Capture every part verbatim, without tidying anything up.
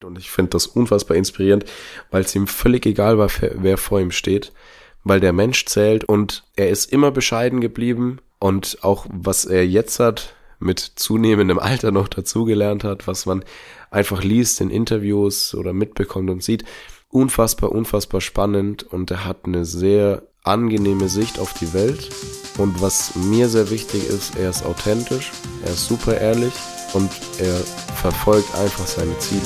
Und ich finde das unfassbar inspirierend, weil es ihm völlig egal war, wer vor ihm steht, weil der Mensch zählt und er ist immer bescheiden geblieben und auch was er jetzt hat, mit zunehmendem Alter noch dazugelernt hat, was man einfach liest in Interviews oder mitbekommt und sieht, unfassbar, unfassbar spannend und er hat eine sehr angenehme Sicht auf die Welt und was mir sehr wichtig ist, er ist authentisch, er ist super ehrlich und er verfolgt einfach seine Ziele.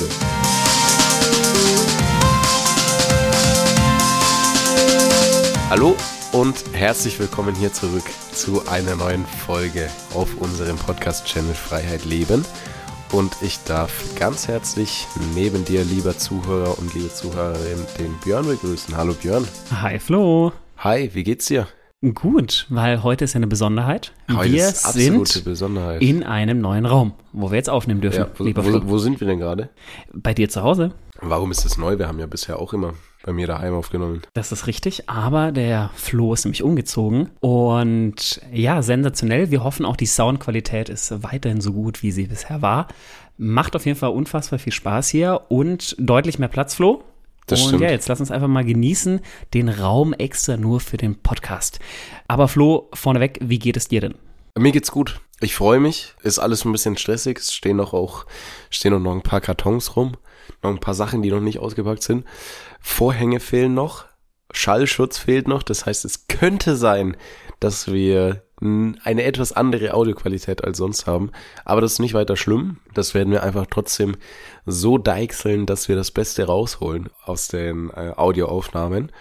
Hallo und herzlich willkommen hier zurück zu einer neuen Folge auf unserem Podcast-Channel Freiheit Leben. Und ich darf ganz herzlich neben dir, lieber Zuhörer und liebe Zuhörerin, den Björn begrüßen. Hallo Björn. Hi Flo. Hi, wie geht's dir? Gut, weil heute ist ja eine Besonderheit. Heute wir ist absolute sind Besonderheit. In einem neuen Raum, wo wir jetzt aufnehmen dürfen, Ja, wo, lieber wo, Flo. wo sind wir denn gerade? Bei dir zu Hause. Warum ist das neu? Wir haben ja bisher auch immer bei mir daheim aufgenommen. Das ist richtig, aber der Flo ist nämlich umgezogen und ja, sensationell. Wir hoffen auch, die Soundqualität ist weiterhin so gut, wie sie bisher war. Macht auf jeden Fall unfassbar viel Spaß hier und deutlich mehr Platz, Flo. Das und stimmt. ja, jetzt lass uns einfach mal genießen, den Raum extra nur für den Podcast. Aber Flo, vorneweg, wie geht es dir denn? Mir geht's gut. Ich freue mich. Ist alles ein bisschen stressig. Es stehen noch auch, stehen noch ein paar Kartons rum. Noch ein paar Sachen, die noch nicht ausgepackt sind. Vorhänge fehlen noch. Schallschutz fehlt noch. Das heißt, es könnte sein, dass wir eine etwas andere Audioqualität als sonst haben. Aber das ist nicht weiter schlimm. Das werden wir einfach trotzdem so deichseln, dass wir das Beste rausholen aus den äh, Audioaufnahmen.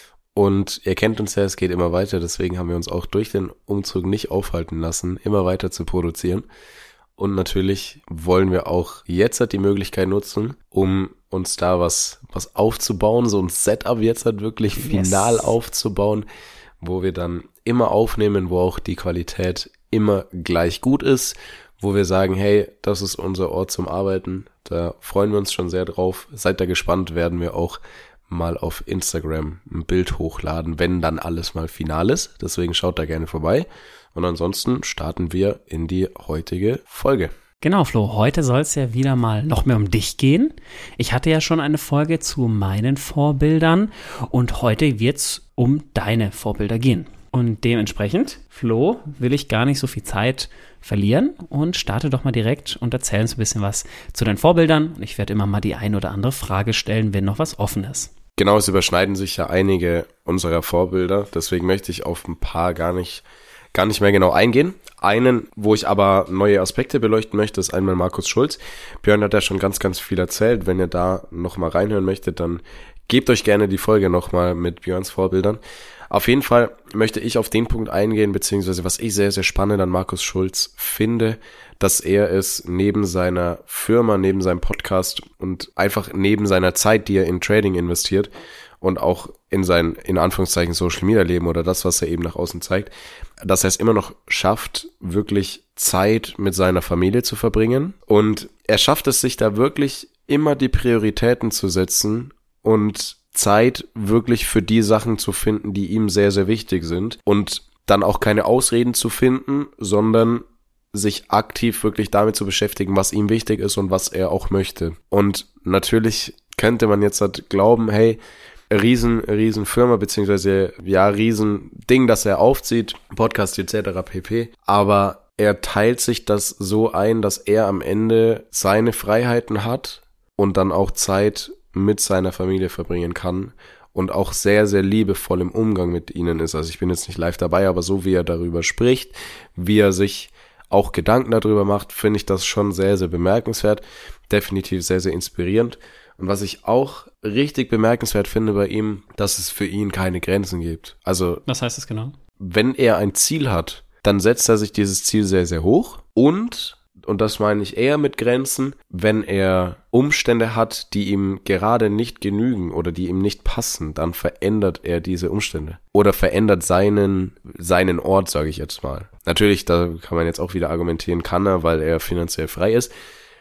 Und ihr kennt uns ja, es geht immer weiter. Deswegen haben wir uns auch durch den Umzug nicht aufhalten lassen, immer weiter zu produzieren. Und natürlich wollen wir auch jetzt halt die Möglichkeit nutzen, um uns da was, was aufzubauen, so ein Setup jetzt halt wirklich final Yes. aufzubauen, wo wir dann immer aufnehmen, wo auch die Qualität immer gleich gut ist, wo wir sagen, hey, das ist unser Ort zum Arbeiten, da freuen wir uns schon sehr drauf. Seid da gespannt, werden wir auch mal auf Instagram ein Bild hochladen, wenn dann alles mal final ist. Deswegen schaut da gerne vorbei. Und ansonsten starten wir in die heutige Folge. Genau, Flo, heute soll es ja wieder mal noch mehr um dich gehen. Ich hatte ja schon eine Folge zu meinen Vorbildern und heute wird es um deine Vorbilder gehen. Und dementsprechend, Flo, will ich gar nicht so viel Zeit verlieren und starte doch mal direkt und erzähl uns ein bisschen was zu deinen Vorbildern. Und ich werde immer mal die ein oder andere Frage stellen, wenn noch was offen ist. Genau, es überschneiden sich ja einige unserer Vorbilder, deswegen möchte ich auf ein paar gar nicht gar nicht mehr genau eingehen. Einen, wo ich aber neue Aspekte beleuchten möchte, ist einmal Markus Schulz. Björn hat ja schon ganz, ganz viel erzählt. Wenn ihr da nochmal reinhören möchtet, dann gebt euch gerne die Folge nochmal mit Björns Vorbildern. Auf jeden Fall möchte ich auf den Punkt eingehen, beziehungsweise was ich sehr, sehr spannend an Markus Schulz finde, dass er es neben seiner Firma, neben seinem Podcast und einfach neben seiner Zeit, die er in Trading investiert und auch in sein, in Anführungszeichen, Social Media Leben oder das, was er eben nach außen zeigt, dass er es immer noch schafft, wirklich Zeit mit seiner Familie zu verbringen. Und er schafft es, sich da wirklich immer die Prioritäten zu setzen und Zeit wirklich für die Sachen zu finden, die ihm sehr, sehr wichtig sind. Und dann auch keine Ausreden zu finden, sondern sich aktiv wirklich damit zu beschäftigen, was ihm wichtig ist und was er auch möchte. Und natürlich könnte man jetzt halt glauben, hey, riesen, riesen Firma, beziehungsweise, ja, riesen Ding, das er aufzieht, Podcast et cetera pp. Aber er teilt sich das so ein, dass er am Ende seine Freiheiten hat und dann auch Zeit mit seiner Familie verbringen kann und auch sehr, sehr liebevoll im Umgang mit ihnen ist. Also ich bin jetzt nicht live dabei, aber so wie er darüber spricht, wie er sich auch Gedanken darüber macht, finde ich das schon sehr, sehr bemerkenswert. Definitiv sehr, sehr inspirierend. Und was ich auch richtig bemerkenswert finde bei ihm, dass es für ihn keine Grenzen gibt. Also, Was heißt das genau? wenn er ein Ziel hat, dann setzt er sich dieses Ziel sehr, sehr hoch. Und, und das meine ich eher mit Grenzen, wenn er Umstände hat, die ihm gerade nicht genügen oder die ihm nicht passen, dann verändert er diese Umstände. Oder verändert seinen, seinen Ort, sage ich jetzt mal. Natürlich, da kann man jetzt auch wieder argumentieren, kann er, weil er finanziell frei ist.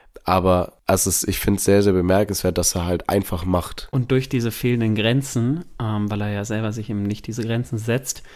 Aber es ist, ich finde es sehr, sehr bemerkenswert, dass er halt einfach macht. Und durch diese fehlenden Grenzen, ähm, weil er ja selber sich eben nicht diese Grenzen setzt,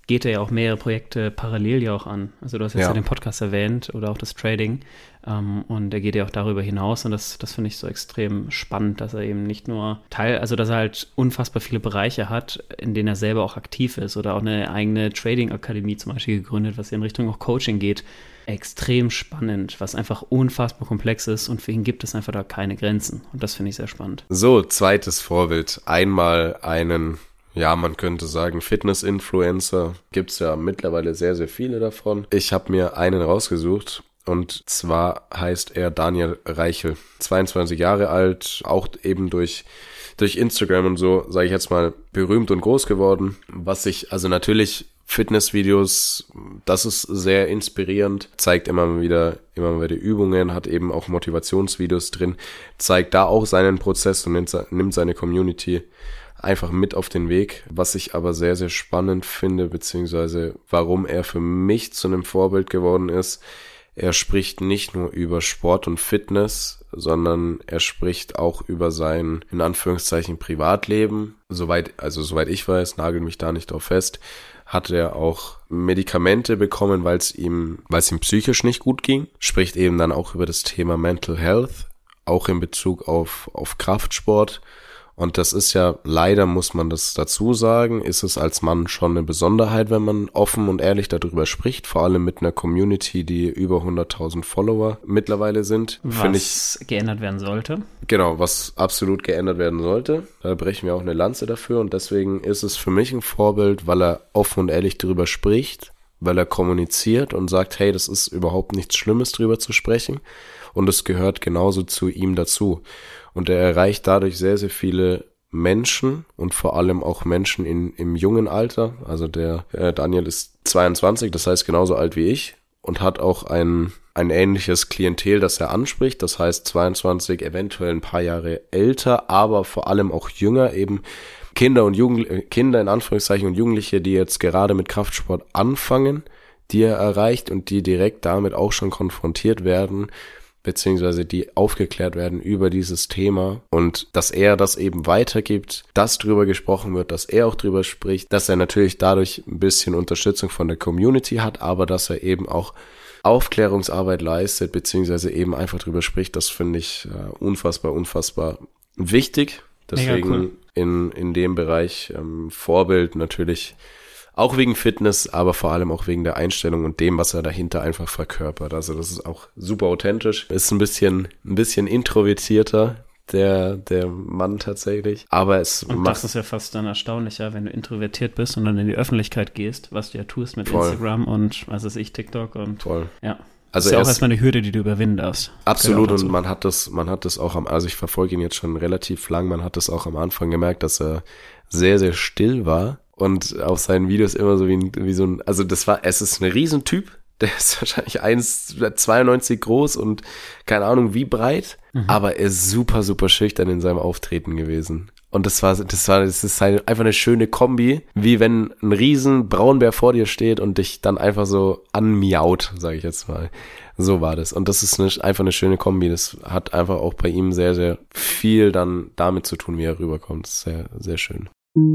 geht er ja auch mehrere Projekte parallel ja auch an. Also du hast jetzt ja, ja den Podcast erwähnt oder auch das Trading. Um, und er geht ja auch darüber hinaus und das, das finde ich so extrem spannend, dass er eben nicht nur Teil, also dass er halt unfassbar viele Bereiche hat, in denen er selber auch aktiv ist oder auch eine eigene Trading-Akademie zum Beispiel gegründet, was in Richtung auch Coaching geht. Extrem spannend, was einfach unfassbar komplex ist und für ihn gibt es einfach da keine Grenzen und das finde ich sehr spannend. So, zweites Vorbild. Einmal einen, ja, man könnte sagen Fitness-Influencer. Gibt es ja mittlerweile sehr, sehr viele davon. Ich habe mir einen rausgesucht. Und zwar heißt er Daniel Reichel, zweiundzwanzig Jahre alt, auch eben durch durch Instagram und so, sage ich jetzt mal, berühmt und groß geworden. Was sich, also natürlich Fitnessvideos, das ist sehr inspirierend, zeigt immer wieder, immer wieder Übungen, hat eben auch Motivationsvideos drin, zeigt da auch seinen Prozess und nimmt seine Community einfach mit auf den Weg. Was ich aber sehr, sehr spannend finde, beziehungsweise warum er für mich zu einem Vorbild geworden ist, er spricht nicht nur über Sport und Fitness, sondern er spricht auch über sein, in Anführungszeichen, Privatleben. Soweit, also soweit ich weiß, nagel mich da nicht drauf fest, hat er auch Medikamente bekommen, weil es ihm, weil es ihm psychisch nicht gut ging. Spricht eben dann auch über das Thema Mental Health, auch in Bezug auf, auf Kraftsport. Und das ist ja, leider muss man das dazu sagen, ist es als Mann schon eine Besonderheit, wenn man offen und ehrlich darüber spricht, vor allem mit einer Community, die über hunderttausend Follower mittlerweile sind. Was ich, geändert werden sollte. Genau, was absolut geändert werden sollte. Da brechen wir auch eine Lanze dafür und deswegen ist es für mich ein Vorbild, weil er offen und ehrlich darüber spricht, weil er kommuniziert und sagt, hey, das ist überhaupt nichts Schlimmes, drüber zu sprechen und es gehört genauso zu ihm dazu. Und er erreicht dadurch sehr, sehr viele Menschen und vor allem auch Menschen in, im jungen Alter. Also der äh, Daniel ist zweiundzwanzig, das heißt genauso alt wie ich und hat auch ein, ein ähnliches Klientel, das er anspricht. Das heißt zweiundzwanzig, eventuell ein paar Jahre älter, aber vor allem auch jünger, eben Kinder und Jugend, Kinder in Anführungszeichen und Jugendliche, die jetzt gerade mit Kraftsport anfangen, die er erreicht und die direkt damit auch schon konfrontiert werden, beziehungsweise die aufgeklärt werden über dieses Thema und dass er das eben weitergibt, dass drüber gesprochen wird, dass er auch drüber spricht, dass er natürlich dadurch ein bisschen Unterstützung von der Community hat, aber dass er eben auch Aufklärungsarbeit leistet, beziehungsweise eben einfach drüber spricht, das finde ich äh, unfassbar, unfassbar wichtig. Deswegen cool. in, in dem Bereich ähm, Vorbild natürlich auch wegen Fitness, aber vor allem auch wegen der Einstellung und dem, was er dahinter einfach verkörpert. Also das ist auch super authentisch. Ist ein bisschen, ein bisschen introvertierter, der, der Mann tatsächlich. Aber es und macht. Das ist ja fast dann erstaunlicher, wenn du introvertiert bist und dann in die Öffentlichkeit gehst, was du ja tust mit voll. Instagram und was weiß ich, TikTok und. Voll. Ja. Also das ist ja auch erstmal eine Hürde, die du überwinden darfst. Absolut, und man hat das, man hat das auch am, also ich verfolge ihn jetzt schon relativ lang, man hat das auch am Anfang gemerkt, dass er sehr, sehr still war. Und auf seinen Videos immer so wie, ein, wie so ein, also das war, es ist ein Riesentyp, der ist wahrscheinlich eins Komma zweiundneunzig groß und keine Ahnung wie breit, mhm. aber er ist super, super schüchtern in seinem Auftreten gewesen. Und das war, das war, das ist einfach eine schöne Kombi, wie wenn ein riesen Braunbär vor dir steht und dich dann einfach so anmiaut, sage ich jetzt mal. So war das. Und das ist eine, einfach eine schöne Kombi. Das hat einfach auch bei ihm sehr, sehr viel dann damit zu tun, wie er rüberkommt. Das ist sehr, sehr schön.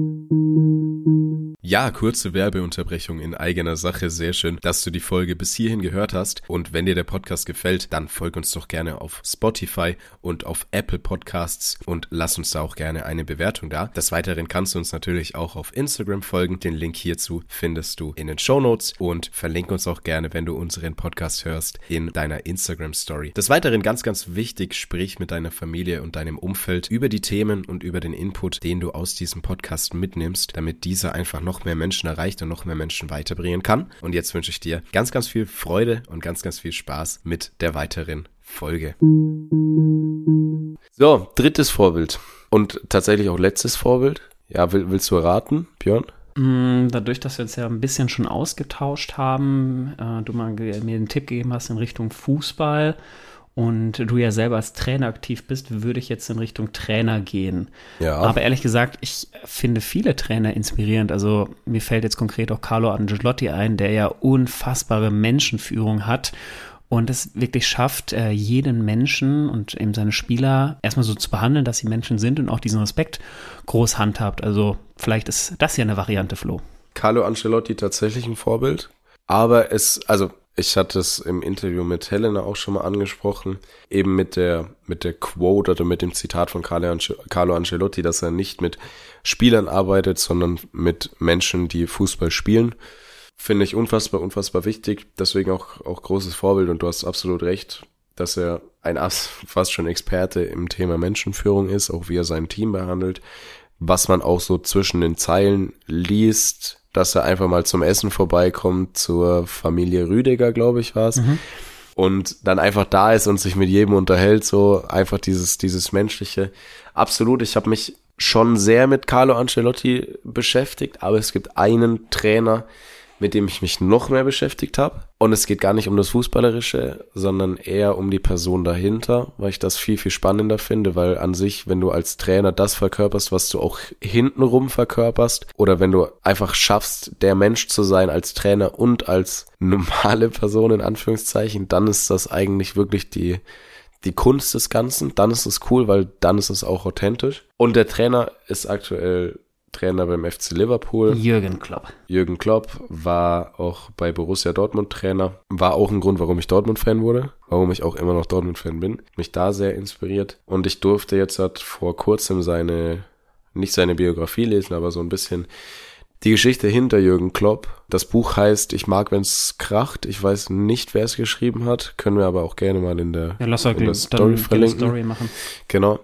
Ja, kurze Werbeunterbrechung in eigener Sache. Sehr schön, dass du die Folge bis hierhin gehört hast. Und wenn dir der Podcast gefällt, dann folg uns doch gerne auf Spotify und auf Apple Podcasts und lass uns da auch gerne eine Bewertung da. Des Weiteren kannst du uns natürlich auch auf Instagram folgen. Den Link hierzu findest du in den Shownotes und verlink uns auch gerne, wenn du unseren Podcast hörst, in deiner Instagram-Story. Des Weiteren ganz, ganz wichtig, sprich mit deiner Familie und deinem Umfeld über die Themen und über den Input, den du aus diesem Podcast mitnimmst, damit dieser einfach noch mehr Menschen erreicht und noch mehr Menschen weiterbringen kann. Und jetzt wünsche ich dir ganz, ganz viel Freude und ganz, ganz viel Spaß mit der weiteren Folge. So, drittes Vorbild und tatsächlich auch letztes Vorbild. Ja, will, willst du raten, Björn? Dadurch, dass wir uns ja ein bisschen schon ausgetauscht haben, äh, du mal mir den Tipp gegeben hast in Richtung Fußball und du ja selber als Trainer aktiv bist, würde ich jetzt in Richtung Trainer gehen. Ja. Aber ehrlich gesagt, ich finde viele Trainer inspirierend. Also mir fällt jetzt konkret auch Carlo Ancelotti ein, der ja unfassbare Menschenführung hat und es wirklich schafft, jeden Menschen und eben seine Spieler erstmal so zu behandeln, dass sie Menschen sind und auch diesen Respekt groß handhabt. Also vielleicht ist das ja eine Variante, Flo. Carlo Ancelotti tatsächlich ein Vorbild, aber es, also ich hatte es im Interview mit Helena auch schon mal angesprochen, eben mit der mit der Quote oder mit dem Zitat von Carlo, Ance- Carlo Ancelotti, dass er nicht mit Spielern arbeitet, sondern mit Menschen, die Fußball spielen. Finde ich unfassbar, unfassbar wichtig, deswegen auch, auch großes Vorbild und du hast absolut recht, dass er ein fast schon Experte im Thema Menschenführung ist, auch wie er sein Team behandelt, was man auch so zwischen den Zeilen liest, dass er einfach mal zum Essen vorbeikommt, zur Familie Rüdiger, glaube ich, war es, mhm. und dann einfach da ist und sich mit jedem unterhält, so einfach dieses, dieses Menschliche. Absolut, ich habe mich schon sehr mit Carlo Ancelotti beschäftigt, aber es gibt einen Trainer, mit dem ich mich noch mehr beschäftigt habe. Und es geht gar nicht um das Fußballerische, sondern eher um die Person dahinter, weil ich das viel, viel spannender finde, weil an sich, wenn du als Trainer das verkörperst, was du auch hintenrum verkörperst, oder wenn du einfach schaffst, der Mensch zu sein als Trainer und als normale Person in Anführungszeichen, dann ist das eigentlich wirklich die, die Kunst des Ganzen. Dann ist es cool, weil dann ist es auch authentisch. Und der Trainer ist aktuell Trainer beim F C Liverpool. Jürgen Klopp. Jürgen Klopp war auch bei Borussia Dortmund Trainer. War auch ein Grund, warum ich Dortmund-Fan wurde. Warum ich auch immer noch Dortmund-Fan bin. Mich da sehr inspiriert. Und ich durfte jetzt halt vor kurzem seine, nicht seine Biografie lesen, aber so ein bisschen die Geschichte hinter Jürgen Klopp. Das Buch heißt Ich mag, wenn's kracht. Ich weiß nicht, wer es geschrieben hat. Können wir aber auch gerne mal in der, ja, lass in der Story verlinken. Story machen. Genau.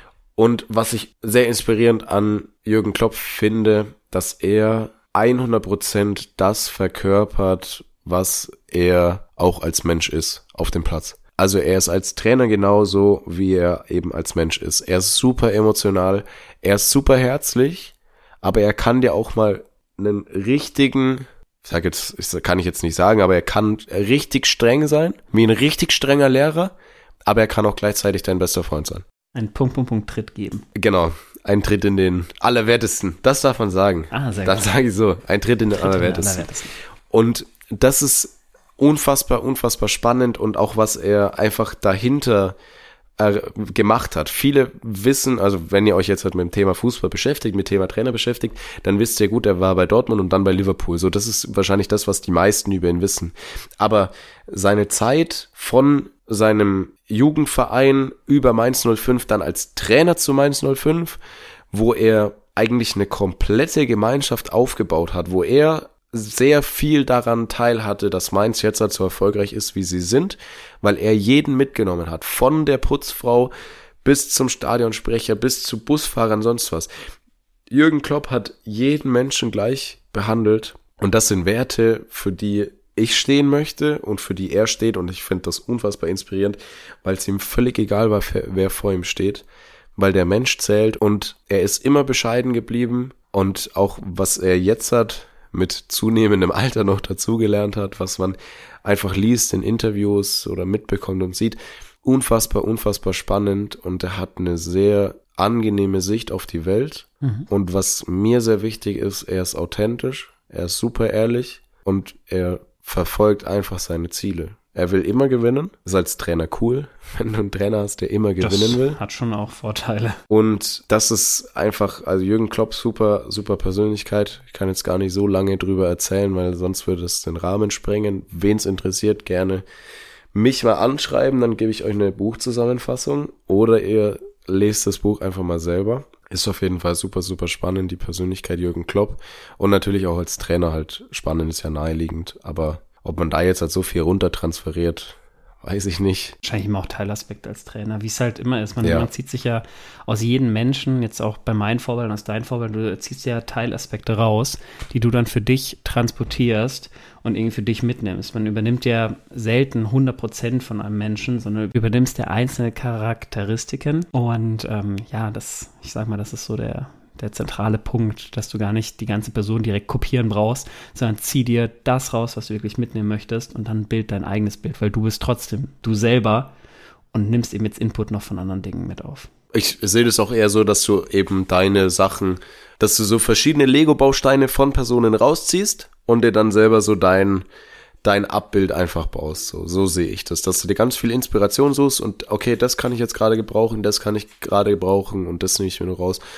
Und was ich sehr inspirierend an Jürgen Klopp finde, dass er hundert Prozent das verkörpert, was er auch als Mensch ist auf dem Platz. Also er ist als Trainer genauso, wie er eben als Mensch ist. Er ist super emotional, er ist super herzlich, aber er kann dir auch mal einen richtigen, ich sag jetzt, ich kann ich jetzt nicht sagen, aber er kann richtig streng sein, wie ein richtig strenger Lehrer, aber er kann auch gleichzeitig dein bester Freund sein. Ein Punkt, Punkt, Punkt Tritt geben. Genau, ein Tritt in den Allerwertesten. Das darf man sagen. Ah, sehr Dann gut. sage ich so, ein Tritt in den Tritt Allerwertesten. in den Allerwertesten. Und das ist unfassbar, unfassbar spannend und auch was er einfach dahinter äh, gemacht hat. Viele wissen, also wenn ihr euch jetzt halt mit dem Thema Fußball beschäftigt, mit dem Thema Trainer beschäftigt, dann wisst ihr gut, er war bei Dortmund und dann bei Liverpool. So, das ist wahrscheinlich das, was die meisten über ihn wissen. Aber seine Zeit von seinem Jugendverein über Mainz null fünf, dann als Trainer zu Mainz null fünf, wo er eigentlich eine komplette Gemeinschaft aufgebaut hat, wo er sehr viel daran teilhatte, dass Mainz jetzt halt so erfolgreich ist, wie sie sind, weil er jeden mitgenommen hat, von der Putzfrau bis zum Stadionsprecher, bis zu Busfahrern, sonst was. Jürgen Klopp hat jeden Menschen gleich behandelt und das sind Werte, für die ich stehen möchte und für die er steht und ich finde das unfassbar inspirierend, weil es ihm völlig egal war, wer vor ihm steht, weil der Mensch zählt und er ist immer bescheiden geblieben und auch was er jetzt hat, mit zunehmendem Alter noch dazugelernt hat, was man einfach liest in Interviews oder mitbekommt und sieht, unfassbar, unfassbar spannend und er hat eine sehr angenehme Sicht auf die Welt mhm. und was mir sehr wichtig ist, er ist authentisch, er ist super ehrlich und er verfolgt einfach seine Ziele. Er will immer gewinnen. Ist als Trainer cool, wenn du einen Trainer hast, der immer gewinnen das will. Hat schon auch Vorteile. Und das ist einfach, also Jürgen Klopp, super, super Persönlichkeit. Ich kann jetzt gar nicht so lange drüber erzählen, weil sonst würde es den Rahmen sprengen. Wen es interessiert, gerne mich mal anschreiben, dann gebe ich euch eine Buchzusammenfassung. Oder ihr lest das Buch einfach mal selber. Ist auf jeden Fall super, super spannend, die Persönlichkeit Jürgen Klopp. Und natürlich auch als Trainer halt spannend, ist ja naheliegend. Aber ob man da jetzt halt so viel runtertransferiert, weiß ich nicht. Wahrscheinlich immer auch Teilaspekt als Trainer, wie es halt immer ist. Man, ja. man zieht sich ja aus jedem Menschen, jetzt auch bei meinen Vorbildern, aus deinen Vorbildern, du ziehst ja Teilaspekte raus, die du dann für dich transportierst und irgendwie für dich mitnimmst. Man übernimmt ja selten hundert Prozent von einem Menschen, sondern übernimmst ja einzelne Charakteristiken. Und ähm, ja, das, ich sag mal, das ist so der der zentrale Punkt, dass du gar nicht die ganze Person direkt kopieren brauchst, sondern zieh dir das raus, was du wirklich mitnehmen möchtest und dann bild dein eigenes Bild, weil du bist trotzdem du selber und nimmst eben jetzt Input noch von anderen Dingen mit auf. Ich sehe das auch eher so, dass du eben deine Sachen, dass du so verschiedene Lego-Bausteine von Personen rausziehst und dir dann selber so dein dein Abbild einfach baust. So, so sehe ich das, dass du dir ganz viel Inspiration suchst und okay, das kann ich jetzt gerade gebrauchen, das kann ich gerade gebrauchen und das nehme ich mir nur raus.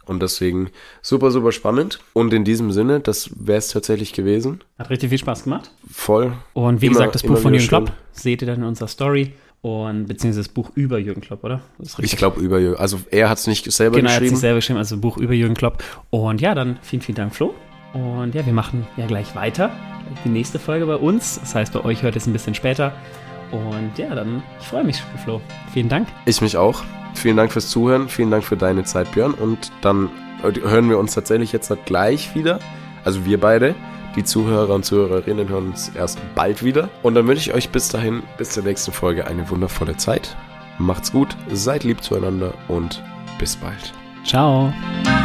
Und deswegen super, super spannend. Und in diesem Sinne, das wäre es tatsächlich gewesen. Hat richtig viel Spaß gemacht. Voll. Und wie Immer- gesagt, das immer Buch von wieder Jürgen Klopp schön. seht ihr dann in unserer Story. Und beziehungsweise das Buch über Jürgen Klopp, oder? Das ist richtig. Ich glaube über Jürgen. Also er hat es nicht selber Genau, er hat sich geschrieben. selber geschrieben, also Buch über Jürgen Klopp. Und ja, dann vielen, vielen Dank, Flo. Und ja, wir machen ja gleich weiter. Die nächste Folge bei uns. Das heißt, bei euch hört es ein bisschen später. Und ja, dann, ich freue mich, Flo. Vielen Dank. Ich mich auch. Vielen Dank fürs Zuhören. Vielen Dank für deine Zeit, Björn. Und dann hören wir uns tatsächlich jetzt gleich wieder. Also wir beide. Die Zuhörer und Zuhörerinnen hören uns erst bald wieder. Und dann wünsche ich euch bis dahin, bis zur nächsten Folge eine wundervolle Zeit. Macht's gut, seid lieb zueinander und bis bald. Ciao.